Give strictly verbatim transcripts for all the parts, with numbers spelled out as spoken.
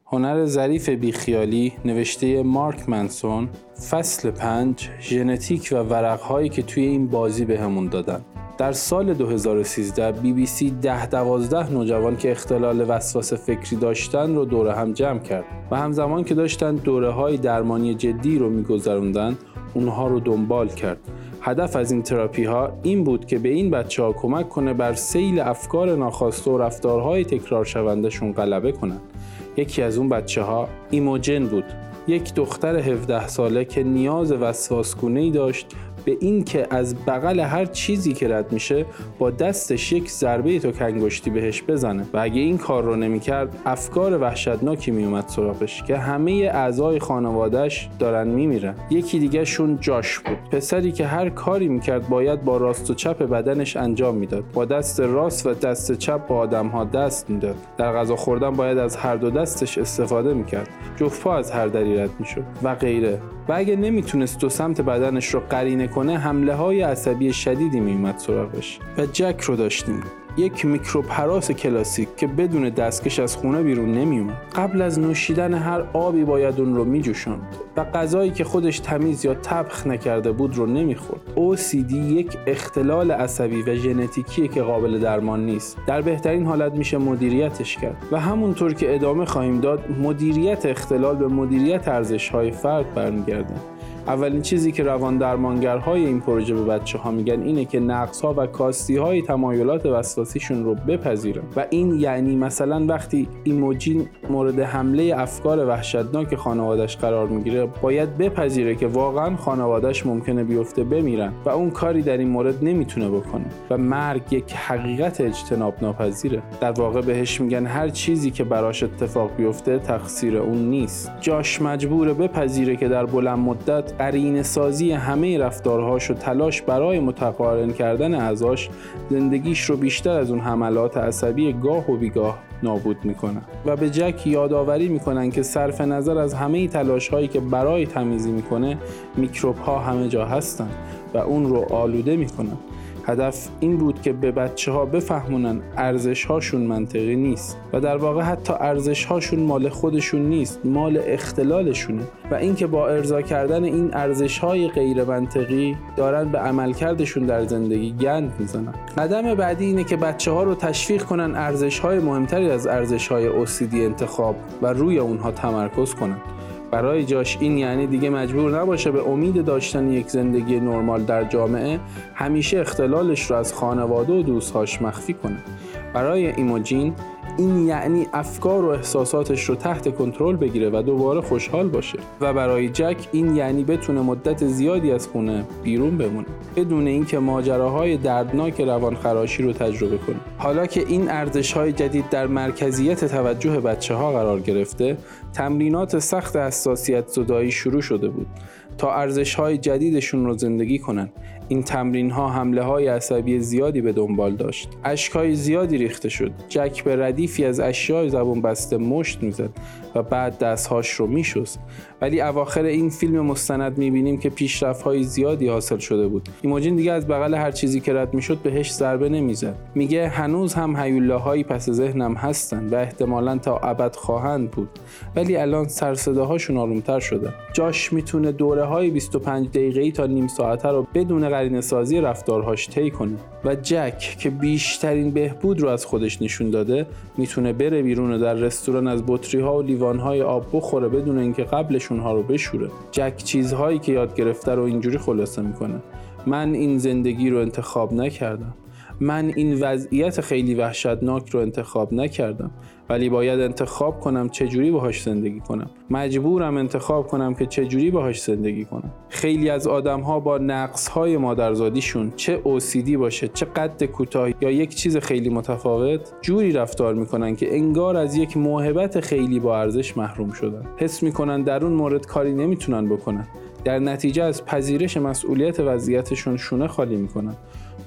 هنر ظریف بیخیالی نوشته مارک منسون، فصل پنج، ژنتیک و ورق‌هایی که توی این بازی بهمون دادن. در سال دو هزار و سیزده بی بی سی ده دوازده نوجوان که اختلال وسواس فکری داشتن رو دوره هم جمع کرد و همزمان که داشتن دوره‌های درمانی جدی رو می‌گذروندن اونها رو دنبال کرد. هدف از این تراپی ها این بود که به این بچه ها کمک کنه بر سیل افکار ناخواسته و رفتارهای تکرار شوندهشون غلبه کنن. یکی از اون بچه ها ایموجن بود، یک دختر هفده ساله که نیاز وسواسگونه‌ای داشت به این که از بغل هر چیزی که رد میشه با دستش یک ضربه تک انگشتی بهش بزنه و اگه این کار رو نمیکرد افکار وحشتناکی میومد سراغش که همه اعضای خانواده‌اش دارن میمیرن. یکی دیگه شون جاش بود، پسری که هر کاری میکرد باید با راست و چپ بدنش انجام میداد. با دست راست و دست چپ با آدم‌ها دست میداد. در غذا خوردن باید از هر دو دستش استفاده میکرد. جفت پا از هر دری رد میشد و غیره. و اگه نمیتونست دو سمت بدنش رو قرینه کنه حمله های عصبی شدیدی میومد سراغش. و جک رو داشتیم، یک میکروب هراس کلاسیک که بدون دستکش از خونه بیرون نمیومد. قبل از نوشیدن هر آبی باید اون رو میجوشاند و غذایی که خودش تمیز یا طبخ نکرده بود رو نمیخورد. او سی دی یک اختلال عصبی و ژنتیکیه که قابل درمان نیست. در بهترین حالت میشه مدیریتش کرد و همونطور که ادامه خواهیم داد مدیریت اختلال به مدیریت ارزش‌های فرد برمیگرده. اولین چیزی که روان درمانگرهای این پروژه به بچه‌ها میگن اینه که نقص‌ها و کاستی‌های تمایلات وسواسیشون رو بپذیرن و این یعنی مثلا وقتی ایموجین مورد حمله افکار وحشتناک خانواده‌اش قرار میگیره باید بپذیره که واقعا خانواده‌اش ممکنه بیفته بمیرن و اون کاری در این مورد نمیتونه بکنه و مرگ یک حقیقت اجتناب ناپذیره. در واقع بهش میگن هر چیزی که براش اتفاق بیفته تقصیر اون نیست. جاش مجبوره بپذیره که در بلند مدت قرینه سازی همه رفتارهاش و تلاش برای متقارن کردن اعضاش زندگیش رو بیشتر از اون حملات عصبی گاه و بیگاه نابود میکنن و به جک یادآوری میکنن که صرف نظر از همه تلاش‌هایی که برای تمیزی میکنه میکروب‌ها همه جا هستن و اون رو آلوده میکنن. هدف این بود که به بچه‌ها بفهمونن ارزش‌هاشون منطقی نیست و در واقع حتی ارزش‌هاشون مال خودشون نیست، مال اختلالشونه و اینکه با ارضا کردن این ارزش‌های غیر منطقی دارن به عملکردشون در زندگی گند میزنن. قدم بعدی اینه که بچه‌ها رو تشویق کنن ارزش‌های مهمتری از ارزش‌های او سی دی انتخاب و روی اونها تمرکز کنن. برای جاش این یعنی دیگه مجبور نباشه به امید داشتن یک زندگی نرمال در جامعه همیشه اختلالش رو از خانواده و دوستهاش مخفی کنه. برای ایموجین این یعنی افکار و احساساتش رو تحت کنترل بگیره و دوباره خوشحال باشه و برای جک این یعنی بتونه مدت زیادی از خونه بیرون بمونه بدون اینکه ماجراهای دردناک روانخراشی رو تجربه کنه. حالا که این ارزش‌های جدید در مرکزیت توجه بچه‌ها قرار گرفته، تمرینات سخت حساسیت زدایی شروع شده بود تا ارزش‌های جدیدشون رو زندگی کنن. این تمرین‌ها حمله‌های عصبی زیادی به دنبال داشت. اشک‌های زیادی ریخته شد. جک به ردیفی از اشیاء زبون بسته مشت می‌زد و بعد دست‌هاش رو می‌شست. ولی اواخر این فیلم مستند می‌بینیم که پیشرفت‌های زیادی حاصل شده بود. ایموجین دیگه از بغل هر چیزی که رد می‌شد بهش ضربه نمی‌زد. میگه هنوز هم هیولاهایی پس ذهنم هستن و احتمالاً تا ابد خواهند بود. ولی الان سر صداهاشون آرومتر شده. جاش میتونه دوره‌های بیست و پنج دقیقه‌ای تا نیم ساعته رو بدون قرینه‌سازی رفتارهاش طی کنه و جک که بیشترین بهبود رو از خودش نشون داده میتونه بره بیرون و در رستوران از بطری‌ها و لیوان‌های آب بخوره بدون اینکه قبلش اونها رو بشوره. جک چیزهایی که یاد گرفته رو اینجوری خلاصه میکنه: من این زندگی رو انتخاب نکردم. من این وضعیت خیلی وحشتناک رو انتخاب نکردم، ولی باید انتخاب کنم چجوری باهاش زندگی کنم. مجبورم انتخاب کنم که چجوری باهاش زندگی کنم. خیلی از آدم‌ها با نقص‌های مادرزادیشون، چه او سی دی باشه، چه قد کوتاه یا یک چیز خیلی متفاوت، جوری رفتار میکنن که انگار از یک موهبت خیلی با ارزش محروم شدن. حس میکنن در اون مورد کاری نمیتونن بکنن. در نتیجه از پذیرش مسئولیت وضعیتشون شونه خالی میکنن.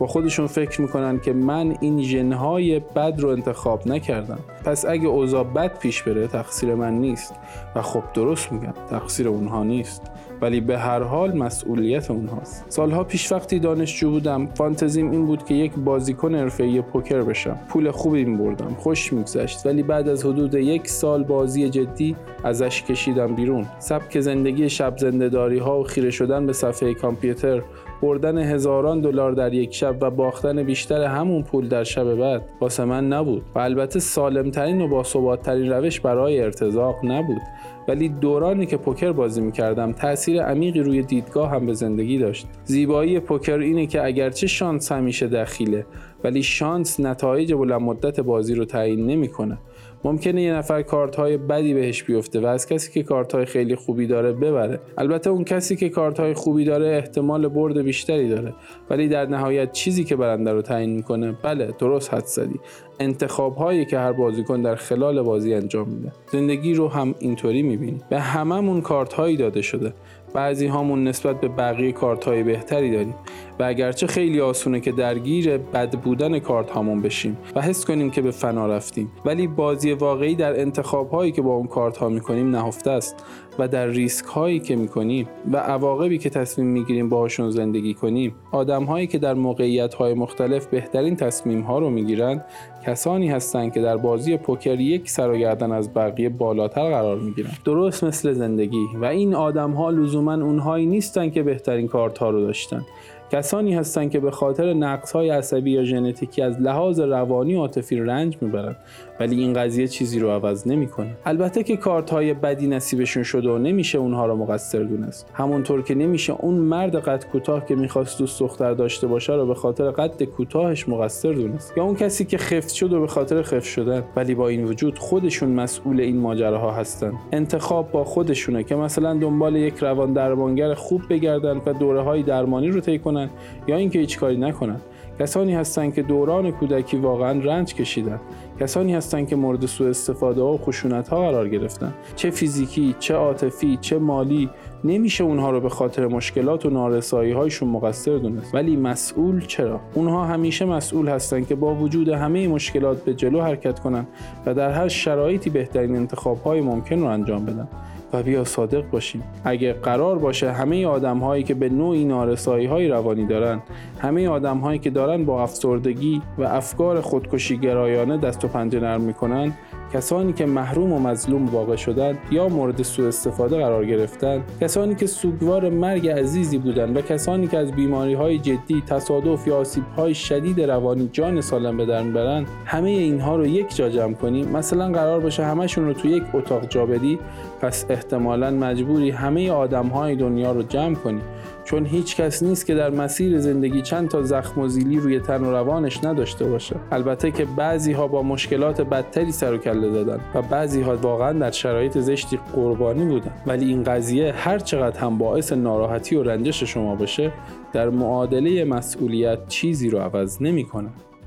با خودشون فکر میکنن که من این ژن‌های بد رو انتخاب نکردم، پس اگه اوضاع بد پیش بره تقصیر من نیست. و خب درست میگن، تقصیر اونها نیست، ولی به هر حال مسئولیت اونهاست. سالها پیش وقتی دانشجو بودم فانتزیم این بود که یک بازیکن حرفه‌ای پوکر بشم. پول خوبی می‌بردم، خوش می‌گذشت، ولی بعد از حدود یک سال بازی جدی ازش کشیدم بیرون. سبک زندگی شب زنده‌داری‌ها و خیره شدن به صفحه کامپیوتر، بردن هزاران دلار در یک شب و باختن بیشتر همون پول در شب بعد واسه من نبود. و البته سالم‌ترین و باثبات‌ترین روش برای ارتزاق نبود، ولی دورانی که پوکر بازی می‌کردم تأثیر عمیقی روی دیدگاه هم به زندگی داشت. زیبایی پوکر اینه که اگرچه شانس همیشه دخیله، ولی شانس نتایج بلند مدت بازی رو تعیین نمی‌کنه. ممکنه یه نفر کارت‌های بدی بهش بیفته و از کسی که کارت‌های خیلی خوبی داره ببره. البته اون کسی که کارت‌های خوبی داره احتمال برد بیشتری داره، ولی در نهایت چیزی که برنده رو تعیین می‌کنه، بله درست حدس زدی، انتخاب‌هایی که هر بازیکن در خلال بازی انجام میده. زندگی رو هم اینطوری می‌بینی. به هممون کارت‌هایی داده شده. بعضی هامون نسبت به بقیه کارت‌های بهتری داریم و اگرچه خیلی آسونه که درگیر بد بودن کارت هامون بشیم و حس کنیم که به فنا رفتیم، ولی بازی واقعی در انتخاب‌هایی که با اون کارت ها می‌کنیم نهفته است و در ریسک هایی که می‌کنیم و عواقبی که تصمیم می‌گیریم باهاشون زندگی کنیم. آدم‌هایی که در موقعیت‌های مختلف بهترین تصمیم‌ها رو می‌گیرن کسانی هستند که در بازی پوکر یک سر و گردن از بقیه بالاتر قرار می‌گیرن. درست مثل زندگی. و این آدم‌ها لزوماً اونهایی نیستن که بهترین کارت‌ها رو داشتن. کسانی هستند که به خاطر نقص‌های عصبی یا ژنتیکی از لحاظ روانی و عاطفی رنج میبرند، ولی این قضیه چیزی رو عوض نمیکنه. البته که کارت‌های بدی نصیبشون شده و نمیشه اونها رو مقصر دونست. همونطور که نمیشه اون مرد قد کوتاه که میخواست دوست دختر داشته باشه رو به خاطر قد کوتاهش مقصر دونست، یا اون کسی که خفت شد و به خاطر خفت شدن. ولی با این وجود خودشون مسئول این ماجراها هستن. انتخاب با خودشونه که مثلا دنبال یک روان درمانگر خوب بگردن و دوره‌های درمانی رو طی کنن، یا اینکه هیچ کاری نکنن. کسانی هستند که دوران کودکی واقعا رنج کشیدن. کسانی هستند که مورد سوء استفاده و خشونت ها قرار گرفتن، چه فیزیکی، چه عاطفی، چه مالی. نمیشه اونها رو به خاطر مشکلات و نارسایی هایشون مقصر دونست. ولی مسئول چرا؟ اونها همیشه مسئول هستند که با وجود همه مشکلات به جلو حرکت کنن و در هر شرایطی بهترین انتخاب های ممکن رو انجام بدن. و بیا صادق باشیم، اگه قرار باشه همه آدم‌هایی که به نوعی نارسایی‌های روانی دارن، همه آدم‌هایی که دارن با افسردگی و افکار خودکشی گرایانه دست و پنجه نرم می‌کنن، کسانی که محروم و مظلوم واقع شدن یا مورد سوء استفاده قرار گرفتن، کسانی که سوگوار مرگ عزیزی بودن و کسانی که از بیماری‌های جدی، تصادف یا آسیب‌های شدید روانی جان سالم به در میبرن، همه اینها رو یک جا جمع کنیم، مثلا قرار باشه همشون رو تو یک اتاق جا بدی، پس احتمالاً مجبوری همه آدم‌های دنیا رو جمع کنی، چون هیچ کس نیست که در مسیر زندگی چند تا زخم و زیلی روی تن و روانش نداشته باشه. البته که بعضی‌ها با مشکلات بدتری سر و کله زدن و بعضی‌ها واقعاً در شرایط زشتی قربانی بودن، ولی این قضیه هر چقدر هم باعث ناراحتی و رنجش شما باشه، در معادله مسئولیت چیزی رو عوض نمی‌کنه.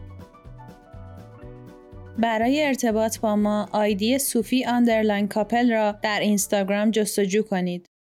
برای ارتباط با ما آیدی صوفی آندرلاین کاپل را در اینستاگرام جستجو کنید.